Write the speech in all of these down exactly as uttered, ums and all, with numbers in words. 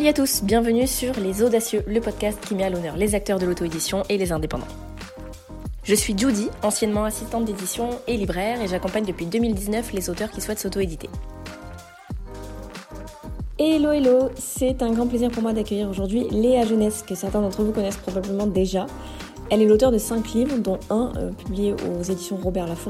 Salut à tous, bienvenue sur Les Audacieux, le podcast qui met à l'honneur les acteurs de l'auto-édition et les indépendants. Je suis Judy, anciennement assistante d'édition et libraire, et j'accompagne depuis deux mille dix-neuf les auteurs qui souhaitent s'auto-éditer. Hello hello, c'est un grand plaisir pour moi d'accueillir aujourd'hui Léa Jeunesse, que certains d'entre vous connaissent probablement déjà. Elle est l'auteure de cinq livres, dont un euh, publié aux éditions Robert Laffont.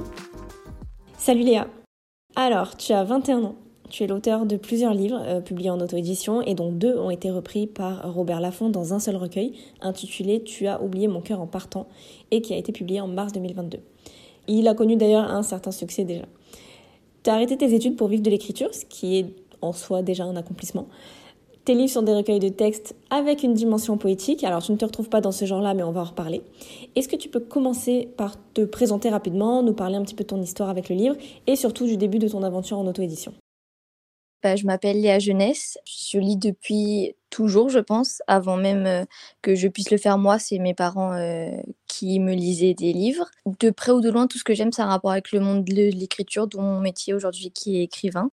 Salut Léa. Alors, tu as vingt et un ans. Tu es l'auteur de plusieurs livres euh, publiés en auto-édition et dont deux ont été repris par Robert Laffont dans un seul recueil, intitulé « Tu as oublié mon cœur en partant » et qui a été publié en mars deux mille vingt-deux. Il a connu d'ailleurs un certain succès déjà. Tu as arrêté tes études pour vivre de l'écriture, ce qui est en soi déjà un accomplissement. Tes livres sont des recueils de textes avec une dimension poétique. Alors, tu ne te retrouves pas dans ce genre-là, mais on va en reparler. Est-ce que tu peux commencer par te présenter rapidement, nous parler un petit peu de ton histoire avec le livre et surtout du début de ton aventure en auto-édition ? Bah, je m'appelle Léa Jeunesse. Je lis depuis toujours, je pense. Avant même euh, que je puisse le faire moi, c'est mes parents euh, qui me lisaient des livres. De près ou de loin, tout ce que j'aime, c'est un rapport avec le monde de l'écriture, dont mon métier aujourd'hui qui est écrivain.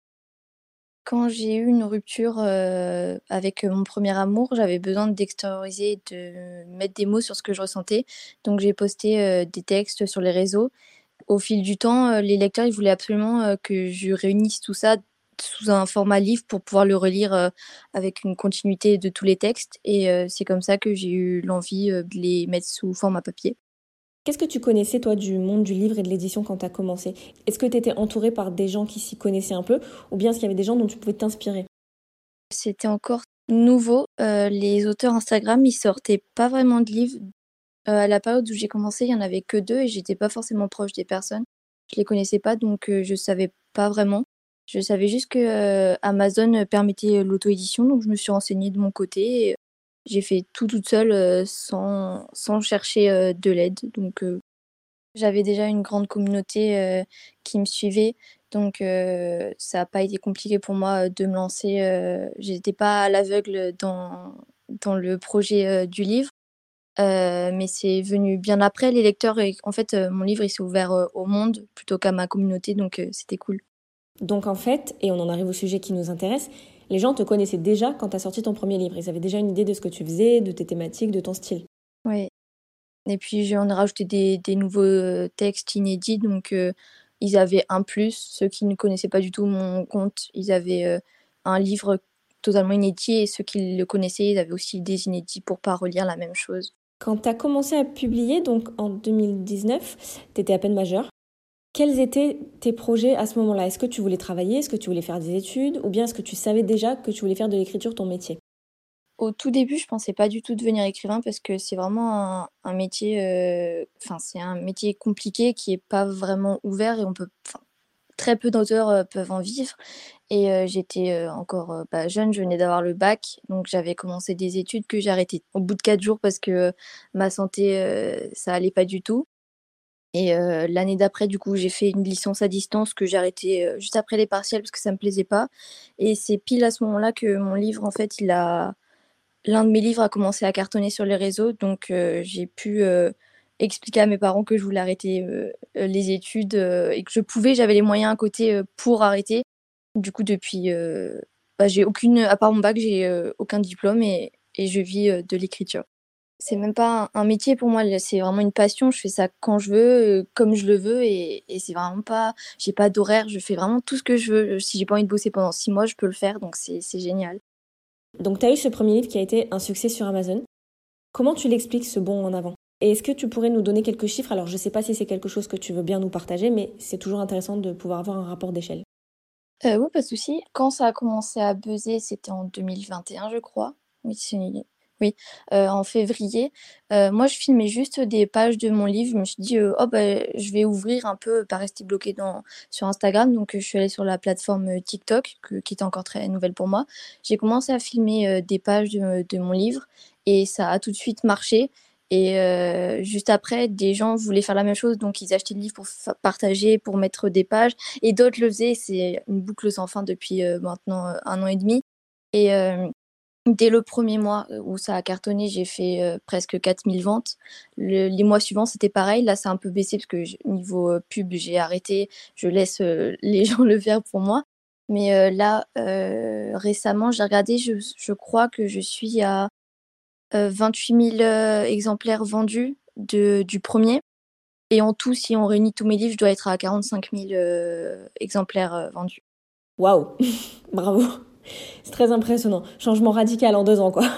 Quand j'ai eu une rupture euh, avec mon premier amour, j'avais besoin d'extérioriser, de mettre des mots sur ce que je ressentais. Donc j'ai posté euh, des textes sur les réseaux. Au fil du temps, euh, les lecteurs ils voulaient absolument euh, que je réunisse tout ça sous un format livre pour pouvoir le relire euh, avec une continuité de tous les textes. Et euh, c'est comme ça que j'ai eu l'envie euh, de les mettre sous format papier. Qu'est-ce que tu connaissais, toi, du monde du livre et de l'édition quand tu as commencé ? Est-ce que tu étais entourée par des gens qui s'y connaissaient un peu, ou bien est-ce qu'il y avait des gens dont tu pouvais t'inspirer ? C'était encore nouveau. Euh, les auteurs Instagram, ils sortaient pas vraiment de livres. Euh, à la période où j'ai commencé, il y en avait que deux et j'étais pas forcément proche des personnes. Je les connaissais pas, donc euh, je savais pas vraiment. Je savais juste que euh, Amazon permettait l'auto-édition, donc je me suis renseignée de mon côté. Et j'ai fait tout toute seule euh, sans, sans chercher euh, de l'aide. Donc euh, j'avais déjà une grande communauté euh, qui me suivait, donc euh, ça n'a pas été compliqué pour moi de me lancer. Euh, j'étais pas à l'aveugle dans, dans le projet euh, du livre. Euh, mais c'est venu bien après. Les lecteurs, et en fait, euh, mon livre il s'est ouvert euh, au monde plutôt qu'à ma communauté, donc euh, c'était cool. Donc en fait, et on en arrive au sujet qui nous intéresse, les gens te connaissaient déjà quand tu as sorti ton premier livre. Ils avaient déjà une idée de ce que tu faisais, de tes thématiques, de ton style. Ouais. Et puis j'en ai rajouté des, des nouveaux euh, textes inédits, donc euh, ils avaient un plus. Ceux qui ne connaissaient pas du tout mon compte, ils avaient euh, un livre totalement inédit, et ceux qui le connaissaient, ils avaient aussi des inédits pour pas relire la même chose. Quand tu as commencé à publier, donc en deux mille dix-neuf, tu étais à peine majeure. Quels étaient tes projets à ce moment-là ? Est-ce que tu voulais travailler ? Est-ce que tu voulais faire des études ? Ou bien est-ce que tu savais déjà que tu voulais faire de l'écriture ton métier ? Au tout début, je pensais pas du tout devenir écrivain parce que c'est vraiment un, un métier, euh, enfin c'est un métier compliqué qui est pas vraiment ouvert et on peut, enfin, très peu d'auteurs euh, peuvent en vivre. Et euh, j'étais euh, encore euh, bah, jeune, je venais d'avoir le bac, donc j'avais commencé des études que j'ai arrêtées au bout de quatre jours parce que euh, ma santé, euh, ça allait pas du tout. Et euh, l'année d'après, du coup, j'ai fait une licence à distance que j'ai arrêtée euh, juste après les partiels parce que ça me plaisait pas. Et c'est pile à ce moment-là que mon livre, en fait, il a... L'un de mes livres a commencé à cartonner sur les réseaux, donc euh, j'ai pu euh, expliquer à mes parents que je voulais arrêter euh, les études euh, et que je pouvais, j'avais les moyens à côté euh, pour arrêter. Du coup, depuis, euh, bah, j'ai aucune, à part mon bac, j'ai euh, aucun diplôme et, et je vis euh, de l'écriture. C'est même pas un, un métier pour moi, c'est vraiment une passion. Je fais ça quand je veux, euh, comme je le veux, et, et c'est vraiment pas, j'ai pas d'horaire, je fais vraiment tout ce que je veux. Si j'ai pas envie de bosser pendant six mois, je peux le faire, donc c'est, c'est génial. Donc tu as eu ce premier livre qui a été un succès sur Amazon. Comment tu l'expliques, ce bond en avant ? Et est-ce que tu pourrais nous donner quelques chiffres ? Alors je sais pas si c'est quelque chose que tu veux bien nous partager, mais c'est toujours intéressant de pouvoir avoir un rapport d'échelle. Euh, oui, pas de souci. Quand ça a commencé à buzzer, c'était en deux mille vingt et un, je crois. Oui, c'est... oui. Euh, en février. Euh, moi, je filmais juste des pages de mon livre. Je me suis dit, euh, oh, bah, je vais ouvrir un peu, pas rester bloquée dans... sur Instagram. Donc, euh, je suis allée sur la plateforme euh, TikTok, que... qui était encore très nouvelle pour moi. J'ai commencé à filmer euh, des pages de... de mon livre et ça a tout de suite marché. Et euh, juste après, des gens voulaient faire la même chose, donc ils achetaient le livre pour fa- partager, pour mettre des pages. Et d'autres le faisaient, c'est une boucle sans fin depuis euh, maintenant euh, un an et demi. Et euh, dès le premier mois où ça a cartonné, j'ai fait euh, presque quatre mille ventes. Le, les mois suivants, c'était pareil. Là, c'est un peu baissé parce que je- niveau euh, pub, j'ai arrêté. Je laisse euh, les gens le faire pour moi. Mais euh, là, euh, récemment, j'ai regardé, je, je crois que je suis à euh, vingt-huit mille euh, exemplaires vendus de, du premier. Et en tout, si on réunit tous mes livres, je dois être à quarante-cinq mille euh, exemplaires euh, vendus. Waouh, bravo. C'est très impressionnant. Changement radical en deux ans, quoi.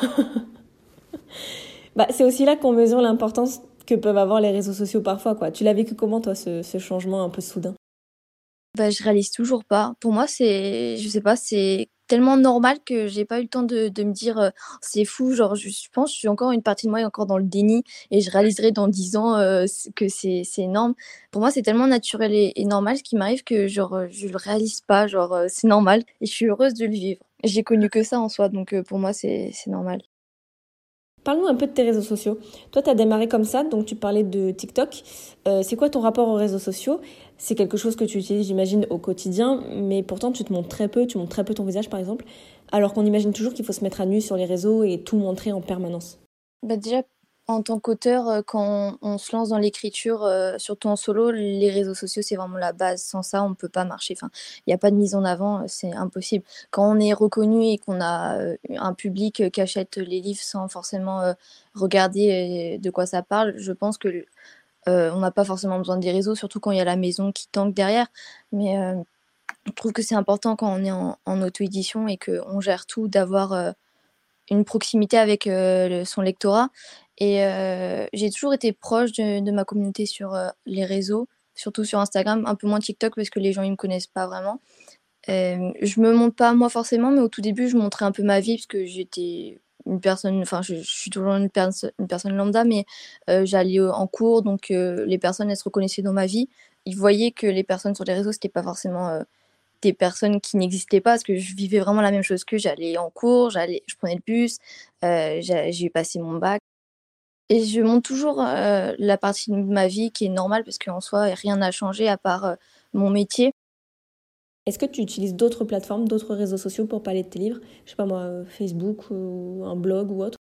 Bah, c'est aussi là qu'on mesure l'importance que peuvent avoir les réseaux sociaux parfois, quoi. Tu l'as vécu comment, toi, ce, ce changement un peu soudain? Bah, je réalise toujours pas. Pour moi, c'est, je sais pas, c'est tellement normal que j'ai pas eu le temps de, de me dire euh, c'est fou. Genre, je, je pense que je suis encore une partie de moi est encore dans le déni et je réaliserai dans dix ans euh, c- que c'est c'est énorme. Pour moi, c'est tellement naturel et, et normal ce qui m'arrive que genre euh, je le réalise pas. Genre, euh, c'est normal et je suis heureuse de le vivre. J'ai connu que ça en soi, donc euh, pour moi, c'est c'est normal. Parle-nous un peu de tes réseaux sociaux. Toi, tu as démarré comme ça, donc tu parlais de TikTok. Euh, c'est quoi ton rapport aux réseaux sociaux? C'est quelque chose que tu utilises, j'imagine, au quotidien, mais pourtant tu te montres très peu, tu montres très peu ton visage, par exemple, alors qu'on imagine toujours qu'il faut se mettre à nu sur les réseaux et tout montrer en permanence. Bah déjà, en tant qu'auteur, euh, quand on, on se lance dans l'écriture, euh, surtout en solo, les réseaux sociaux, c'est vraiment la base. Sans ça, on ne peut pas marcher. Enfin, il n'y a pas de mise en avant, euh, c'est impossible. Quand on est reconnu et qu'on a euh, un public euh, qui achète les livres sans forcément euh, regarder euh, de quoi ça parle, je pense que euh, on n'a pas forcément besoin des réseaux, surtout quand il y a la maison qui tanque derrière. Mais euh, je trouve que c'est important quand on est en, en auto-édition et qu'on gère tout, d'avoir euh, une proximité avec euh, le- son lectorat. Et euh, j'ai toujours été proche de, de ma communauté sur euh, les réseaux, surtout sur Instagram, un peu moins TikTok parce que les gens ils me connaissent pas vraiment. Euh, je me montre pas moi forcément, mais au tout début je montrais un peu ma vie parce que j'étais une personne, enfin je, je suis toujours une, perso- une personne lambda, mais euh, j'allais euh, en cours, donc euh, les personnes elles se reconnaissaient dans ma vie. Ils voyaient que les personnes sur les réseaux c'était pas forcément euh, des personnes qui n'existaient pas parce que je vivais vraiment la même chose qu'eux. J'allais en cours, j'allais, je prenais le bus, euh, j'ai j'ai passé mon bac. Et je montre toujours euh, la partie de ma vie qui est normale parce qu'en soi, rien n'a changé à part euh, mon métier. Est-ce que tu utilises d'autres plateformes, d'autres réseaux sociaux pour parler de tes livres? Je sais pas moi, euh, Facebook ou un blog ou autre?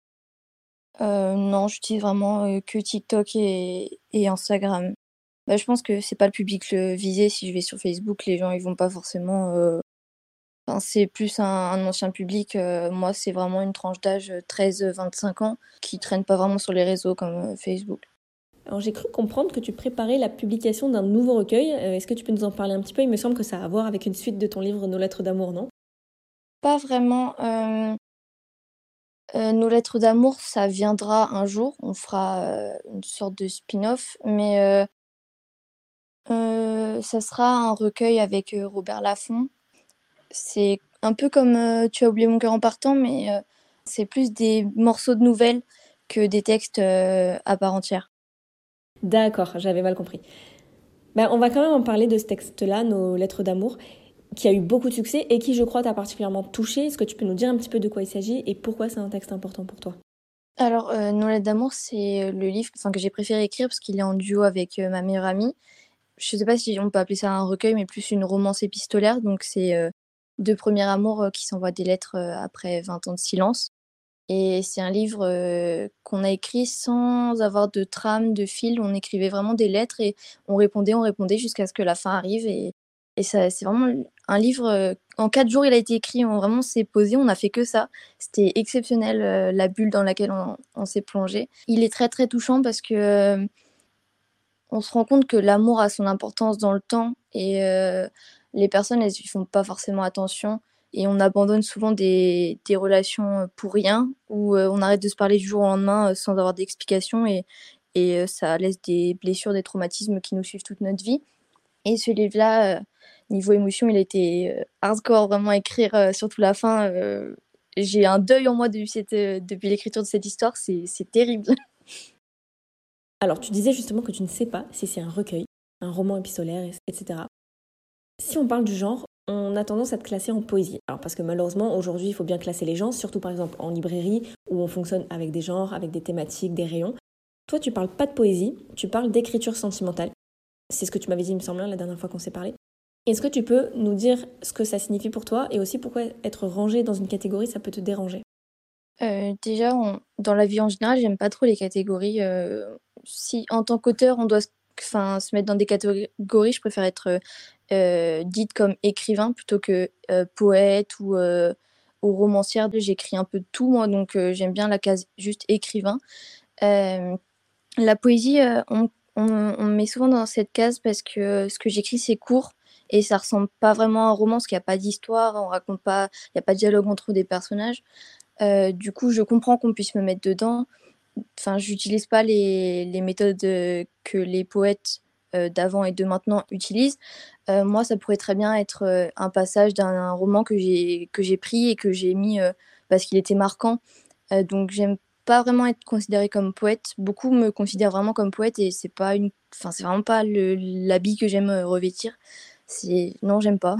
Euh, non, j'utilise vraiment euh, que TikTok et, et Instagram. Bah, je pense que c'est pas le public le visé. Si je vais sur Facebook, les gens ils vont pas forcément. euh, Enfin, c'est plus un, un ancien public. Euh, moi, c'est vraiment une tranche d'âge treize vingt-cinq ans qui traîne pas vraiment sur les réseaux comme euh, Facebook. Alors j'ai cru comprendre que tu préparais la publication d'un nouveau recueil. Euh, Est-ce que tu peux nous en parler un petit peu? Il me semble que ça a à voir avec une suite de ton livre Nos lettres d'amour, non? Pas vraiment. euh, euh, nos lettres d'amour, ça viendra un jour. On fera euh, une sorte de spin-off, mais euh, euh, ça sera un recueil avec euh, Robert Laffont. C'est un peu comme euh, Tu as oublié mon cœur en partant, mais euh, c'est plus des morceaux de nouvelles que des textes euh, à part entière. D'accord, j'avais mal compris. Ben, on va quand même en parler de ce texte-là, Nos lettres d'amour, qui a eu beaucoup de succès et qui, je crois, t'a particulièrement touché. Est-ce que tu peux nous dire un petit peu de quoi il s'agit et pourquoi c'est un texte important pour toi? Alors, euh, Nos lettres d'amour, c'est le livre enfin, que j'ai préféré écrire parce qu'il est en duo avec euh, ma meilleure amie. Je sais pas si on peut appeler ça un recueil, mais plus une romance épistolaire. Donc, c'est euh, deux premiers amours euh, qui s'envoient des lettres euh, après vingt ans de silence. Et c'est un livre euh, qu'on a écrit sans avoir de trame, de fil. On écrivait vraiment des lettres et on répondait, on répondait jusqu'à ce que la fin arrive. Et, et ça, c'est vraiment un livre. euh, en quatre jours, il a été écrit. On vraiment s'est posé, on a fait que ça. C'était exceptionnel, euh, la bulle dans laquelle on, on s'est plongé. Il est très très touchant parce que euh, on se rend compte que l'amour a son importance dans le temps et euh, les personnes, elles y font pas forcément attention et on abandonne souvent des, des relations pour rien ou euh, on arrête de se parler du jour au lendemain euh, sans avoir d'explication et, et euh, ça laisse des blessures, des traumatismes qui nous suivent toute notre vie. Et ce livre-là, euh, niveau émotion, il a été euh, hardcore vraiment à écrire, euh, surtout la fin. euh, j'ai un deuil en moi depuis, cette, euh, depuis l'écriture de cette histoire, c'est c'est terrible. Alors, tu disais justement que tu ne sais pas si c'est un recueil, un roman épistolaire, et cetera. Si on parle du genre, on a tendance à te classer en poésie. Alors, parce que malheureusement, aujourd'hui, il faut bien classer les genres, surtout par exemple en librairie, où on fonctionne avec des genres, avec des thématiques, des rayons. Toi, tu parles pas de poésie, tu parles d'écriture sentimentale. C'est ce que tu m'avais dit, il me semble, la dernière fois qu'on s'est parlé. Est-ce que tu peux nous dire ce que ça signifie pour toi et aussi pourquoi être rangé dans une catégorie, ça peut te déranger? Euh, déjà, on- dans la vie en général, j'aime pas trop les catégories. euh, si en tant qu'auteur, on doit se, enfin, se mettre dans des catégories, je préfère être euh, euh, dite comme écrivain plutôt que euh, poète ou, euh, ou romancière. J'écris un peu de tout, moi, donc euh, j'aime bien la case juste écrivain. Euh, la poésie, euh, on, on, on me met souvent dans cette case parce que ce que j'écris, c'est court et ça ressemble pas vraiment à un roman, parce qu'il n'y a pas d'histoire, on raconte pas, il n'y a pas de dialogue entre des personnages. Euh, du coup, je comprends qu'on puisse me mettre dedans. Enfin, j'utilise pas les, les méthodes euh, que les poètes euh, d'avant et de maintenant utilisent. Euh, moi, ça pourrait très bien être euh, un passage d'un roman que j'ai que j'ai pris et que j'ai mis euh, parce qu'il était marquant. Euh, donc, j'aime pas vraiment être considérée comme poète. Beaucoup me considèrent vraiment comme poète et c'est pas une, enfin, c'est vraiment pas le, l'habit que j'aime euh, revêtir. C'est non, j'aime pas.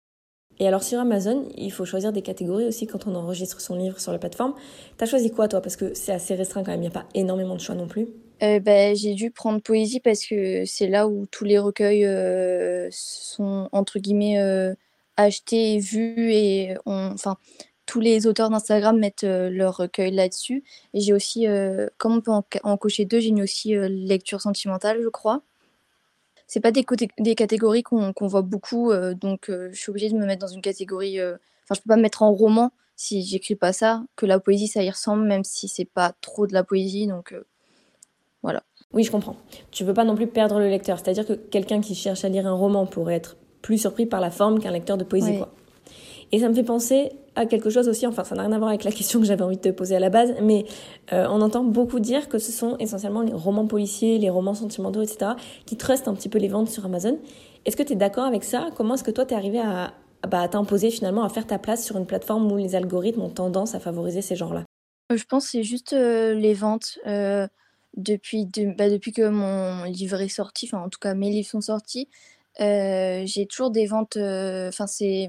Et alors sur Amazon, il faut choisir des catégories aussi quand on enregistre son livre sur la plateforme. T'as choisi quoi toi? Parce que c'est assez restreint quand même, il n'y a pas énormément de choix non plus. Euh, bah, j'ai dû prendre poésie parce que c'est là où tous les recueils euh, sont entre guillemets euh, achetés et vus et on, enfin tous les auteurs d'Instagram mettent euh, leur recueil là-dessus. Et j'ai aussi, euh, comme on peut en, en cocher deux, j'ai mis aussi euh, lecture sentimentale, je crois. C'est pas des, côté- des catégories qu'on qu'on voit beaucoup, euh, donc euh, je suis obligée de me mettre dans une catégorie. euh, Enfin, je peux pas me mettre en roman si j'écris pas ça. Que la poésie, ça y ressemble, même si c'est pas trop de la poésie, donc euh, voilà. Oui, je comprends. Tu veux pas non plus perdre le lecteur, c'est-à-dire que quelqu'un qui cherche à lire un roman pourrait être plus surpris par la forme qu'un lecteur de poésie, Ouais. quoi. Et ça me fait penser à quelque chose aussi, enfin ça n'a rien à voir avec la question que j'avais envie de te poser à la base, mais euh, on entend beaucoup dire que ce sont essentiellement les romans policiers, les romans sentimentaux, et cetera, qui trustent un petit peu les ventes sur Amazon. Est-ce que tu es d'accord avec ça? Comment est-ce que toi tu es arrivé à, bah, à t'imposer finalement, à faire ta place sur une plateforme où les algorithmes ont tendance à favoriser ces genres-là? Euh, Je pense que c'est juste euh, les ventes. Euh, depuis, de- bah, depuis que mon livre est sorti, enfin en tout cas mes livres sont sortis, euh, j'ai toujours des ventes. euh, Enfin, c'est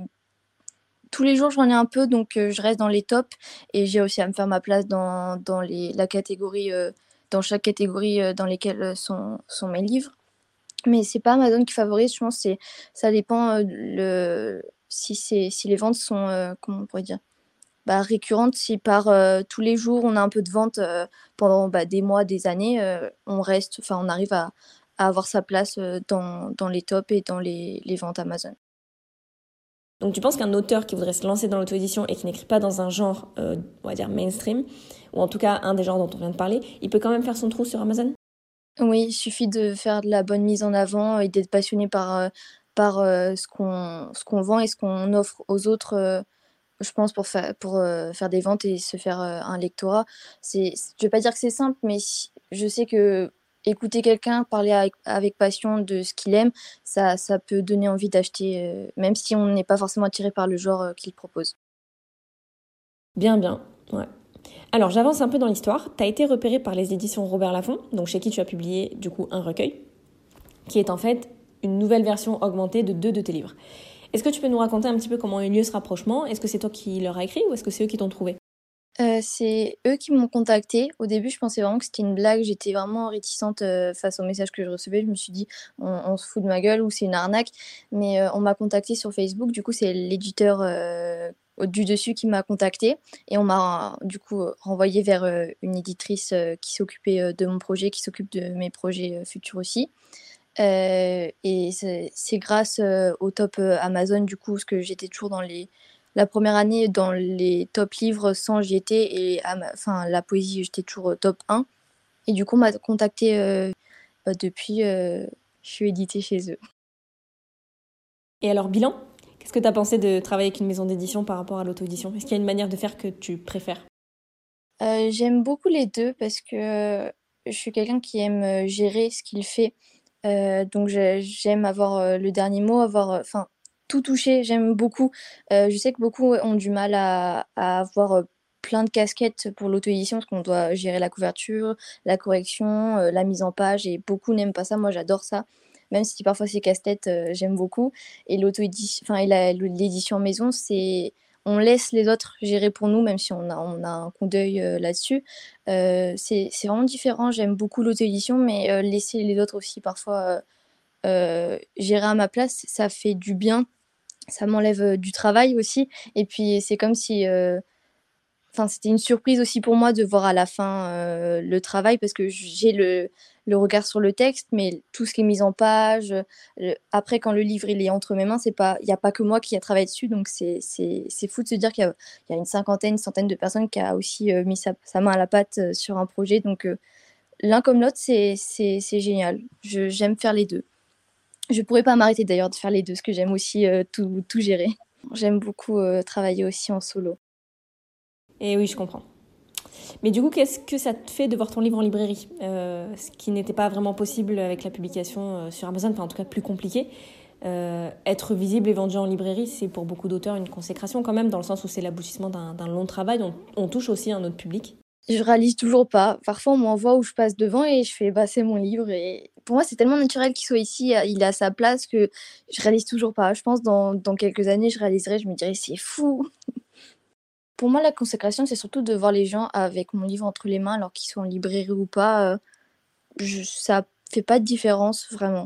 tous les jours j'en ai un peu, donc euh, je reste dans les tops et j'ai aussi à me faire ma place dans, dans les, la catégorie, euh, dans chaque catégorie euh, dans lesquelles euh, sont, sont mes livres. Mais c'est pas Amazon qui favorise, je pense. C'est, ça dépend euh, le, si, c'est, si les ventes sont, euh, comment on pourrait dire, bah, récurrente. Si par euh, tous les jours on a un peu de vente euh, pendant bah, des mois, des années, euh, on reste, enfin on arrive à, à avoir sa place euh, dans, dans les tops et dans les, les ventes Amazon. Donc tu penses qu'un auteur qui voudrait se lancer dans l'auto-édition et qui n'écrit pas dans un genre, euh, on va dire mainstream, ou en tout cas un des genres dont on vient de parler, il peut quand même faire son trou sur Amazon? Oui, il suffit de faire de la bonne mise en avant et d'être passionné par, euh, par euh, ce qu'on, ce qu'on vend et ce qu'on offre aux autres. euh, je pense pour faire, pour euh, faire des ventes et se faire euh, un lectorat. C'est, je vais pas dire que c'est simple, mais si- je sais que écouter quelqu'un parler avec, avec passion de ce qu'il aime, ça, ça peut donner envie d'acheter, euh, même si on n'est pas forcément attiré par le genre euh, qu'il propose. Bien, bien, ouais. Alors j'avance un peu dans l'histoire. Tu as été repéré par les éditions Robert Laffont, donc chez qui tu as publié du coup un recueil, qui est en fait une nouvelle version augmentée de deux de tes livres. Est-ce que tu peux nous raconter un petit peu comment a eu lieu ce rapprochement? Est-ce que c'est toi qui leur as écrit ou est-ce que c'est eux qui t'ont trouvé? Euh, c'est eux qui m'ont contacté. Au début, je pensais vraiment que c'était une blague. J'étais vraiment réticente euh, face aux messages que je recevais. Je me suis dit, on, on se fout de ma gueule ou c'est une arnaque. Mais euh, on m'a contacté sur Facebook. Du coup, c'est l'éditeur euh, du dessus qui m'a contacté. Et on m'a du coup renvoyé vers euh, une éditrice euh, qui s'occupait euh, de mon projet, qui s'occupe de mes projets euh, futurs aussi. Euh, et c'est c'est grâce euh, au top euh, Amazon, du coup, parce que j'étais toujours dans les. La première année, dans les top livres, sans j'y étais, et Ama- enfin, la poésie, j'étais toujours euh, top un. Et du coup, on m'a contacté euh, bah, depuis, euh, je suis éditée chez eux. Et alors bilan? Qu'est-ce que tu as pensé de travailler avec une maison d'édition par rapport à l'auto-édition? Est-ce qu'il y a une manière de faire que tu préfères? Euh, j'aime beaucoup les deux parce que euh, je suis quelqu'un qui aime euh, gérer ce qu'il fait. Euh, donc j'ai- j'aime avoir euh, le dernier mot, avoir, euh, enfin, tout toucher. J'aime beaucoup. Euh, je sais que beaucoup ont du mal à, à avoir euh, plein de casquettes pour l'auto-édition parce qu'on doit gérer la couverture, la correction, euh, la mise en page et beaucoup n'aiment pas ça. Moi, j'adore ça. Même si parfois c'est casse-tête, euh, j'aime beaucoup. Et l'auto-édition, enfin, et la- l'édition maison, c'est on laisse les autres gérer pour nous, même si on a, on a un coup d'œil euh, là-dessus. Euh, c'est, c'est vraiment différent. J'aime beaucoup l'auto-édition, mais euh, laisser les autres aussi parfois euh, euh, gérer à ma place, ça fait du bien. Ça m'enlève euh, du travail aussi. Et puis, c'est comme si, euh, Enfin, c'était une surprise aussi pour moi de voir à la fin euh, le travail parce que j'ai le, le regard sur le texte, mais tout ce qui est mis en page. le- après, quand le livre il est entre mes mains, c'est pas, il n'y a pas que moi qui a travaillé dessus, donc c'est, c'est, c'est fou de se dire qu'il y a, il y a une cinquantaine, une centaine de personnes qui a aussi euh, mis sa, sa main à la pâte euh, sur un projet. Donc euh, l'un comme l'autre, c'est, c'est, c'est génial. Je, j'aime faire les deux. Je pourrais pas m'arrêter d'ailleurs de faire les deux, parce que j'aime aussi euh, tout, tout gérer. J'aime beaucoup euh, travailler aussi en solo. Et oui, je comprends. Mais du coup, qu'est-ce que ça te fait de voir ton livre en librairie euh, Ce qui n'était pas vraiment possible avec la publication euh, sur Amazon, enfin en tout cas plus compliqué. Euh, être visible et vendu en librairie, c'est pour beaucoup d'auteurs une consécration quand même, dans le sens où c'est l'aboutissement d'un, d'un long travail. On, on touche aussi un autre public. Je réalise toujours pas. Parfois, on m'envoie où je passe devant et je fais bah c'est mon livre. Et pour moi, c'est tellement naturel qu'il soit ici, il est à sa place que je réalise toujours pas. Je pense dans, dans quelques années, je réaliserai, je me dirai c'est fou. Pour moi, la consécration, c'est surtout de voir les gens avec mon livre entre les mains, alors qu'ils soient en librairie ou pas. euh, je, ça fait pas de différence vraiment.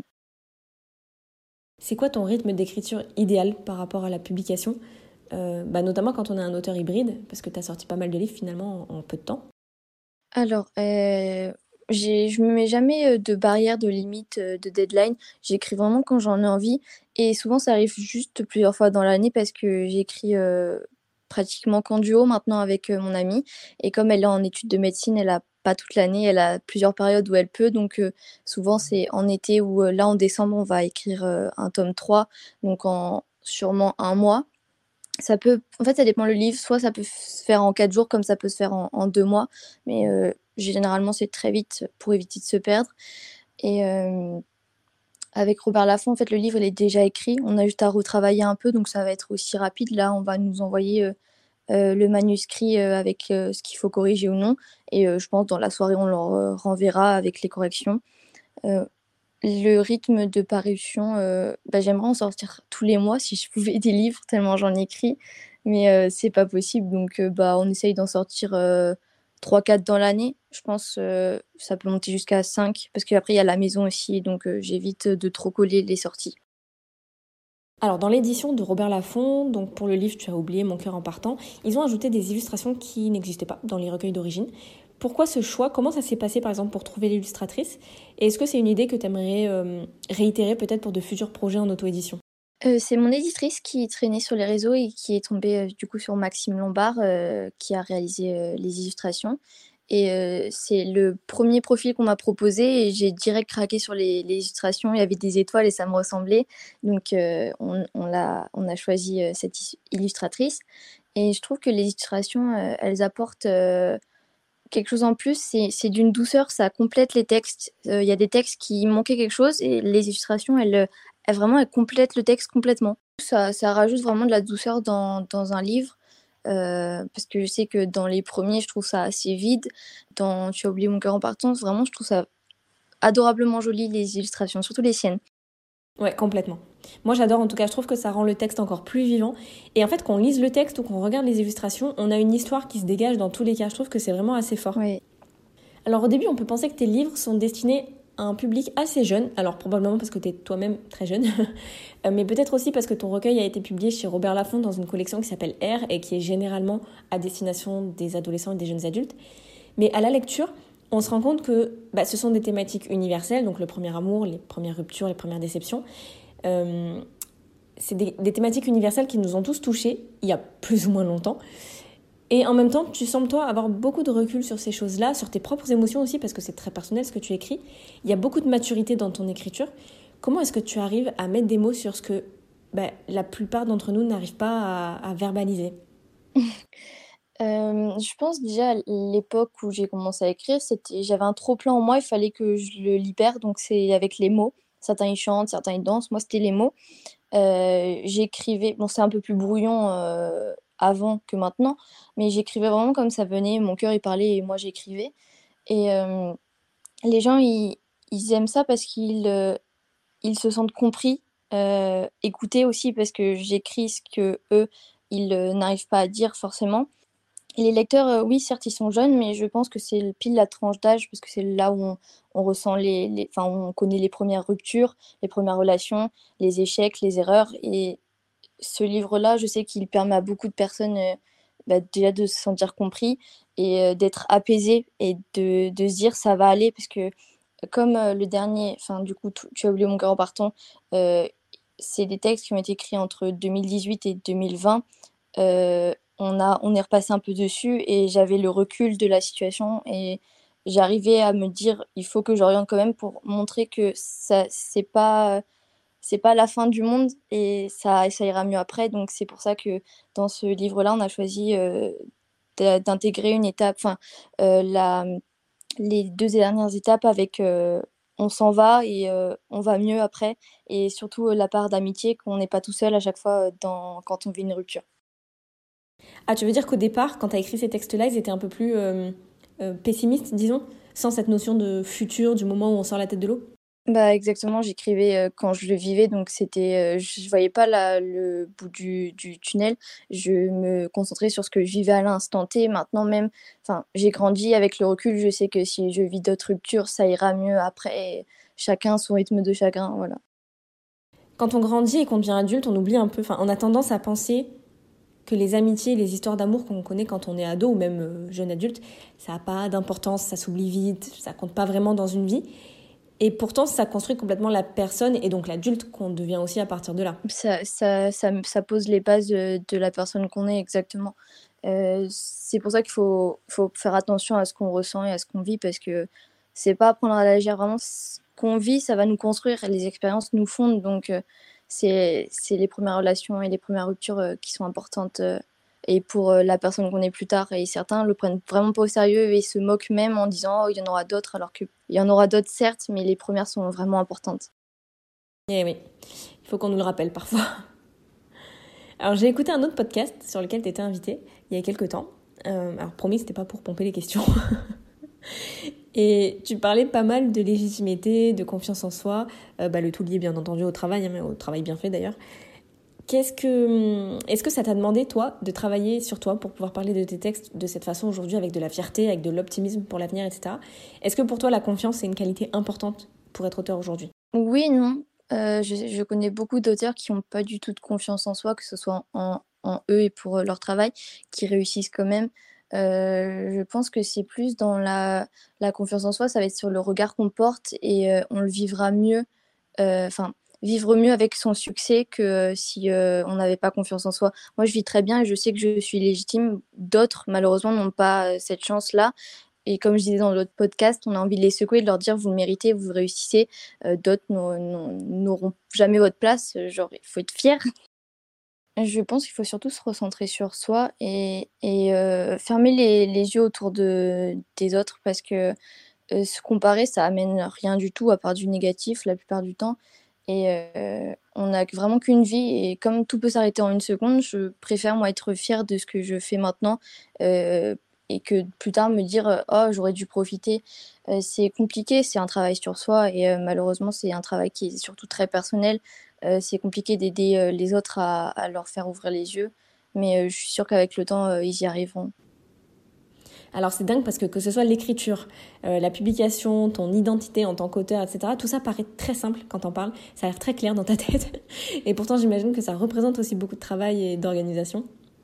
C'est quoi ton rythme d'écriture idéal par rapport à la publication euh, bah, notamment quand on est un auteur hybride, parce que tu as sorti pas mal de livres finalement en, en peu de temps. Alors, euh, j'ai, je me mets jamais euh, de barrière, de limite, euh, de deadline. J'écris vraiment quand j'en ai envie. Et souvent, ça arrive juste plusieurs fois dans l'année parce que j'écris euh, pratiquement qu'en duo maintenant avec euh, mon amie. Et comme elle est en études de médecine, elle a pas toute l'année, elle a plusieurs périodes où elle peut. Donc, euh, souvent, c'est en été ou euh, là, en décembre, on va écrire euh, un tome trois, donc en sûrement un mois. Ça peut, en fait, ça dépend le livre. Soit ça peut se faire en quatre jours, comme ça peut se faire en, en deux mois. Mais euh, généralement, c'est très vite pour éviter de se perdre. Et euh, avec Robert Laffont, en fait, le livre, il est déjà écrit. On a juste à retravailler un peu, donc ça va être aussi rapide. Là, on va nous envoyer euh, euh, le manuscrit euh, avec euh, ce qu'il faut corriger ou non. Et euh, je pense dans la soirée, on leur euh, renverra avec les corrections. Euh, le rythme de parution, euh, bah, j'aimerais en sortir tous les mois si je pouvais des livres, tellement j'en écris, mais euh, c'est pas possible. Donc euh, bah, on essaye d'en sortir euh, trois quatre dans l'année. Je pense euh, ça peut monter jusqu'à cinq parce qu'après il y a la maison aussi, donc euh, j'évite de trop coller les sorties. Alors dans l'édition de Robert Laffont, donc pour le livre Tu as oublié mon cœur en partant, ils ont ajouté des illustrations qui n'existaient pas dans les recueils d'origine. Pourquoi ce choix? Comment ça s'est passé par exemple pour trouver l'illustratrice? Et est-ce que c'est une idée que tu aimerais euh, réitérer peut-être pour de futurs projets en auto-édition? Euh, c'est mon éditrice qui traînait sur les réseaux et qui est tombée euh, du coup sur Maxime Lombard euh, qui a réalisé euh, les illustrations. Et euh, c'est le premier profil qu'on m'a proposé et j'ai direct craqué sur les, les illustrations. Il y avait des étoiles et ça me ressemblait. Donc euh, on, on, l'a, on a choisi euh, cette illustratrice. Et je trouve que les illustrations, euh, elles apportent euh, quelque chose en plus. C'est, c'est d'une douceur, ça complète les textes. Euh, Il y a des textes qui manquaient quelque chose et les illustrations, elles, elles vraiment, elles complètent le texte complètement. Ça, ça rajoute vraiment de la douceur dans, dans un livre. Euh, parce que je sais que dans les premiers, je trouve ça assez vide. Dans Tu as oublié mon cœur en partant, vraiment, je trouve ça adorablement joli, les illustrations, surtout les siennes. Ouais, complètement. Moi j'adore, en tout cas je trouve que ça rend le texte encore plus vivant. Et en fait qu'on lise le texte ou qu'on regarde les illustrations, on a une histoire qui se dégage dans tous les cas. Je trouve que c'est vraiment assez fort. Ouais. Alors au début on peut penser que tes livres sont destinés à un public assez jeune, alors probablement parce que tu es toi-même très jeune, mais peut-être aussi parce que ton recueil a été publié chez Robert Laffont dans une collection qui s'appelle R et qui est généralement à destination des adolescents et des jeunes adultes. Mais à la lecture, on se rend compte que bah, ce sont des thématiques universelles, donc le premier amour, les premières ruptures, les premières déceptions. Euh, c'est des, des thématiques universelles qui nous ont tous touchés, il y a plus ou moins longtemps. Et en même temps, tu sembles, toi, avoir beaucoup de recul sur ces choses-là, sur tes propres émotions aussi, parce que c'est très personnel ce que tu écris. Il y a beaucoup de maturité dans ton écriture. Comment est-ce que tu arrives à mettre des mots sur ce que bah, la plupart d'entre nous n'arrivent pas à, à verbaliser? Euh, je pense déjà à l'époque où j'ai commencé à écrire, c'était, j'avais un trop plein en moi, il fallait que je le libère, donc c'est avec les mots. Certains ils chantent, certains ils dansent, moi c'était les mots. Euh, j'écrivais, bon c'est un peu plus brouillon euh, avant que maintenant, mais j'écrivais vraiment comme ça venait, mon cœur il parlait et moi j'écrivais. Et euh, les gens ils, ils aiment ça parce qu'ils euh, ils se sentent compris, euh, écoutés aussi parce que j'écris ce que eux ils euh, n'arrivent pas à dire forcément. Et les lecteurs, euh, oui, certes, ils sont jeunes, mais je pense que c'est pile la tranche d'âge, parce que c'est là où on, on ressent les, les, enfin, on connaît les premières ruptures, les premières relations, les échecs, les erreurs. Et ce livre-là, je sais qu'il permet à beaucoup de personnes euh, bah, déjà de se sentir compris et euh, d'être apaisé et de, de se dire ça va aller parce que comme euh, le dernier, enfin du coup tu, tu as oublié mon cœur en partant, euh, c'est des textes qui ont été écrits entre deux mille dix-huit et deux mille vingt. euh, on a, on est repassé un peu dessus et j'avais le recul de la situation et j'arrivais à me dire il faut que j'oriente quand même pour montrer que ça c'est pas c'est pas la fin du monde et ça, ça ira mieux après. Donc c'est pour ça que dans ce livre-là, on a choisi euh, d'a- d'intégrer une étape, enfin euh, la, les deux dernières étapes avec euh, on s'en va et euh, on va mieux après, et surtout euh, la part d'amitié qu'on n'est pas tout seul à chaque fois euh, dans, quand on vit une rupture. Ah, tu veux dire qu'au départ, quand tu as écrit ces textes-là, ils étaient un peu plus euh, euh, pessimistes, disons, sans cette notion de futur, du moment où on sort la tête de l'eau? Bah exactement, j'écrivais euh, quand je le vivais, donc c'était, euh, je voyais pas la, le bout du, du tunnel. Je me concentrais sur ce que je vivais à l'instant T. Maintenant même, enfin, j'ai grandi avec le recul. Je sais que si je vis d'autres ruptures, ça ira mieux après. Chacun son rythme de chagrin, voilà. Quand on grandit et qu'on devient adulte, on oublie un peu, enfin, on a tendance à penser que les amitiés, les histoires d'amour qu'on connaît quand on est ado ou même euh, jeune adulte, ça n'a pas d'importance, ça s'oublie vite, ça compte pas vraiment dans une vie. Et pourtant, ça construit complètement la personne et donc l'adulte qu'on devient aussi à partir de là. Ça, ça, ça, ça pose les bases de, de la personne qu'on est exactement. Euh, c'est pour ça qu'il faut, faut faire attention à ce qu'on ressent et à ce qu'on vit parce que c'est pas à prendre à la légère. Vraiment, ce qu'on vit, ça va nous construire et les expériences nous fondent. Donc, euh, c'est, c'est les premières relations et les premières ruptures euh, qui sont importantes euh, et pour euh, la personne qu'on est plus tard. Et certains le prennent vraiment pas au sérieux et se moquent même en disant oh, il y en aura d'autres, alors qu'il y en aura d'autres, certes, mais les premières sont vraiment importantes. Et oui, il faut qu'on nous le rappelle parfois. Alors j'ai écouté un autre podcast sur lequel tu étais invité il y a quelques temps. Euh, alors promis, c'était pas pour pomper les questions. Et tu parlais pas mal de légitimité, de confiance en soi, euh, bah, le tout lié bien entendu au travail, hein, mais au travail bien fait d'ailleurs. Qu'est-ce que, est-ce que ça t'a demandé, toi, de travailler sur toi pour pouvoir parler de tes textes de cette façon aujourd'hui, avec de la fierté, avec de l'optimisme pour l'avenir, et cetera. Est-ce que pour toi, la confiance, c'est une qualité importante pour être auteur aujourd'hui? Oui et non. Euh, je, je connais beaucoup d'auteurs qui n'ont pas du tout de confiance en soi, que ce soit en, en eux et pour euh, leur travail, qui réussissent quand même. Euh, je pense que c'est plus dans la, la confiance en soi, ça va être sur le regard qu'on porte et euh, on le vivra mieux, euh, enfin, vivre mieux avec son succès que euh, si euh, on n'avait pas confiance en soi. Moi, je vis très bien et je sais que je suis légitime. D'autres, malheureusement, n'ont pas euh, cette chance-là. Et comme je disais dans l'autre podcast, on a envie de les secouer, de leur dire vous le méritez, vous réussissez. Euh, d'autres n'auront n'auront jamais votre place. Genre, il faut être fier. Je pense qu'il faut surtout se recentrer sur soi et, et euh, fermer les, les yeux autour de, des autres parce que euh, se comparer, ça amène rien du tout à part du négatif la plupart du temps. Et euh, on n'a vraiment qu'une vie et comme tout peut s'arrêter en une seconde, je préfère moi être fière de ce que je fais maintenant euh, et que plus tard me dire euh, oh j'aurais dû profiter. Euh, c'est compliqué, c'est un travail sur soi et euh, malheureusement c'est un travail qui est surtout très personnel. Euh, c'est compliqué d'aider euh, les autres à, à leur faire ouvrir les yeux, mais euh, je suis sûre qu'avec le temps euh, ils y arriveront. Alors c'est dingue parce que que ce soit l'écriture, euh, la publication, ton identité en tant qu'auteur, et cetera, tout ça paraît très simple quand on parle, ça a l'air très clair dans ta tête. Et pourtant j'imagine que ça représente aussi beaucoup de travail et d'organisation.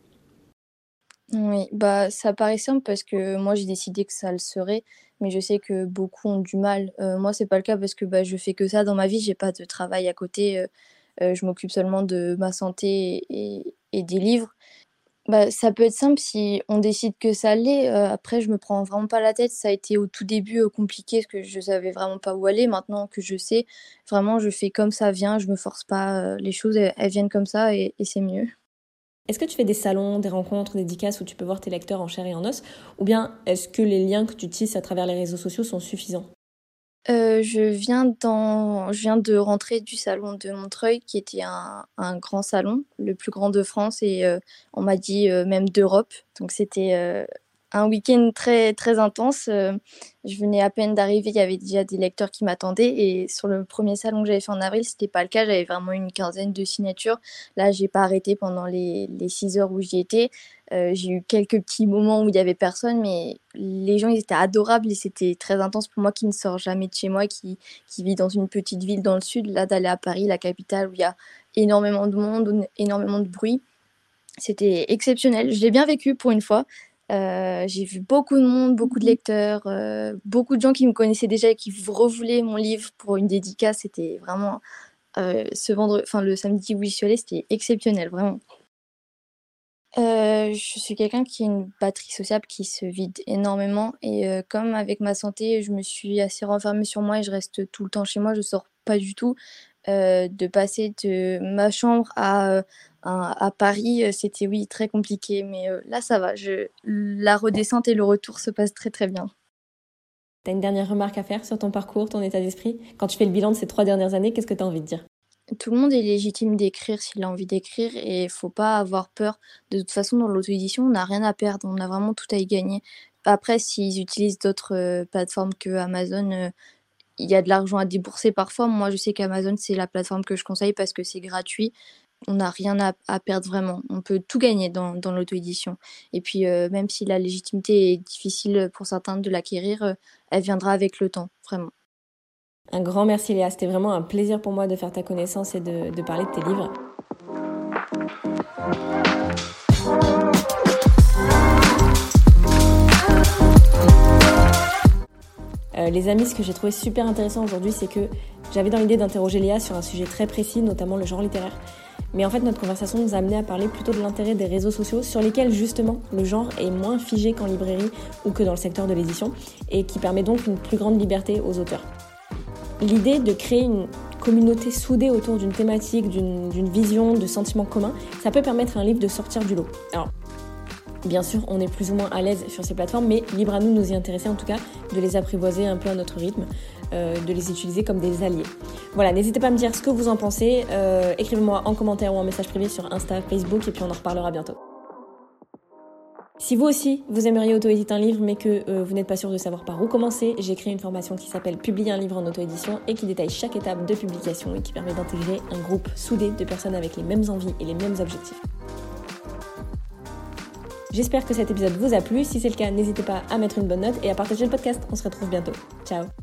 Oui, bah ça paraît simple parce que moi j'ai décidé que ça le serait, mais je sais que beaucoup ont du mal. Euh, moi c'est pas le cas parce que bah, je fais que ça dans ma vie, j'ai pas de travail à côté, euh, euh, je m'occupe seulement de ma santé et, et des livres. Bah, ça peut être simple si on décide que ça l'est. Euh, après, je me prends vraiment pas la tête. Ça a été au tout début euh, compliqué parce que je savais vraiment pas où aller. Maintenant que je sais, vraiment, je fais comme ça vient. Je me force pas. Euh, les choses, elles, elles viennent comme ça et, et c'est mieux. Est-ce que tu fais des salons, des rencontres, des dédicaces où tu peux voir tes lecteurs en chair et en os? Ou bien est-ce que les liens que tu tisses à travers les réseaux sociaux sont suffisants? Euh, je viens dans, je viens de rentrer du salon de Montreuil, qui était un, un grand salon, le plus grand de France et euh, on m'a dit euh, même d'Europe. Donc c'était euh, un week-end très très intense. Euh, je venais à peine d'arriver, il y avait déjà des lecteurs qui m'attendaient et sur le premier salon que j'avais fait en avril, c'était pas le cas. J'avais vraiment une quinzaine de signatures. Là, j'ai pas arrêté pendant les les six heures où j'y étais. Euh, j'ai eu quelques petits moments où il y avait personne, mais les gens ils étaient adorables et c'était très intense pour moi qui ne sors jamais de chez moi, qui, qui vit dans une petite ville dans le sud, là d'aller à Paris, la capitale, où il y a énormément de monde, énormément de bruit. C'était exceptionnel. Je l'ai bien vécu pour une fois. Euh, j'ai vu beaucoup de monde, beaucoup de lecteurs, euh, beaucoup de gens qui me connaissaient déjà et qui revoulaient mon livre pour une dédicace. C'était vraiment euh, ce vendredi, enfin le samedi où j'y suis allée, c'était exceptionnel, vraiment. Euh, je suis quelqu'un qui a une batterie sociable qui se vide énormément et euh, comme avec ma santé, je me suis assez renfermée sur moi et je reste tout le temps chez moi, je sors pas du tout. Euh, de passer de ma chambre à, euh, à, à Paris, euh, c'était oui très compliqué, mais euh, là ça va. Je, la redescente et le retour se passent très très bien. T'as une dernière remarque à faire sur ton parcours, ton état d'esprit? Quand tu fais le bilan de ces trois dernières années, qu'est-ce que t'as envie de dire? Tout le monde est légitime d'écrire s'il a envie d'écrire et il faut pas avoir peur. De toute façon, dans l'auto-édition, on n'a rien à perdre, on a vraiment tout à y gagner. Après, s'ils utilisent d'autres euh, plateformes que Amazon, euh, il y a de l'argent à débourser parfois. Moi, je sais qu'Amazon, c'est la plateforme que je conseille parce que c'est gratuit. On n'a rien à, à perdre vraiment. On peut tout gagner dans, dans l'auto-édition. Et puis, euh, même si la légitimité est difficile pour certains de l'acquérir, euh, elle viendra avec le temps, vraiment. Un grand merci Léa, c'était vraiment un plaisir pour moi de faire ta connaissance et de, de parler de tes livres. Euh, les amis, ce que j'ai trouvé super intéressant aujourd'hui, c'est que j'avais dans l'idée d'interroger Léa sur un sujet très précis, notamment le genre littéraire. Mais en fait, notre conversation nous a amené à parler plutôt de l'intérêt des réseaux sociaux, sur lesquels justement le genre est moins figé qu'en librairie ou que dans le secteur de l'édition, et qui permet donc une plus grande liberté aux auteurs. L'idée de créer une communauté soudée autour d'une thématique, d'une, d'une vision, de sentiments communs, ça peut permettre à un livre de sortir du lot. Alors, bien sûr, on est plus ou moins à l'aise sur ces plateformes, mais libre à nous de nous y intéresser, en tout cas, de les apprivoiser un peu à notre rythme, euh, de les utiliser comme des alliés. Voilà, n'hésitez pas à me dire ce que vous en pensez, euh, écrivez-moi en commentaire ou en message privé sur Insta, Facebook, et puis on en reparlera bientôt. Si vous aussi, vous aimeriez auto-éditer un livre mais que euh, vous n'êtes pas sûr de savoir par où commencer, j'ai créé une formation qui s'appelle Publier un livre en auto-édition et qui détaille chaque étape de publication et qui permet d'intégrer un groupe soudé de personnes avec les mêmes envies et les mêmes objectifs. J'espère que cet épisode vous a plu. Si c'est le cas, n'hésitez pas à mettre une bonne note et à partager le podcast. On se retrouve bientôt. Ciao!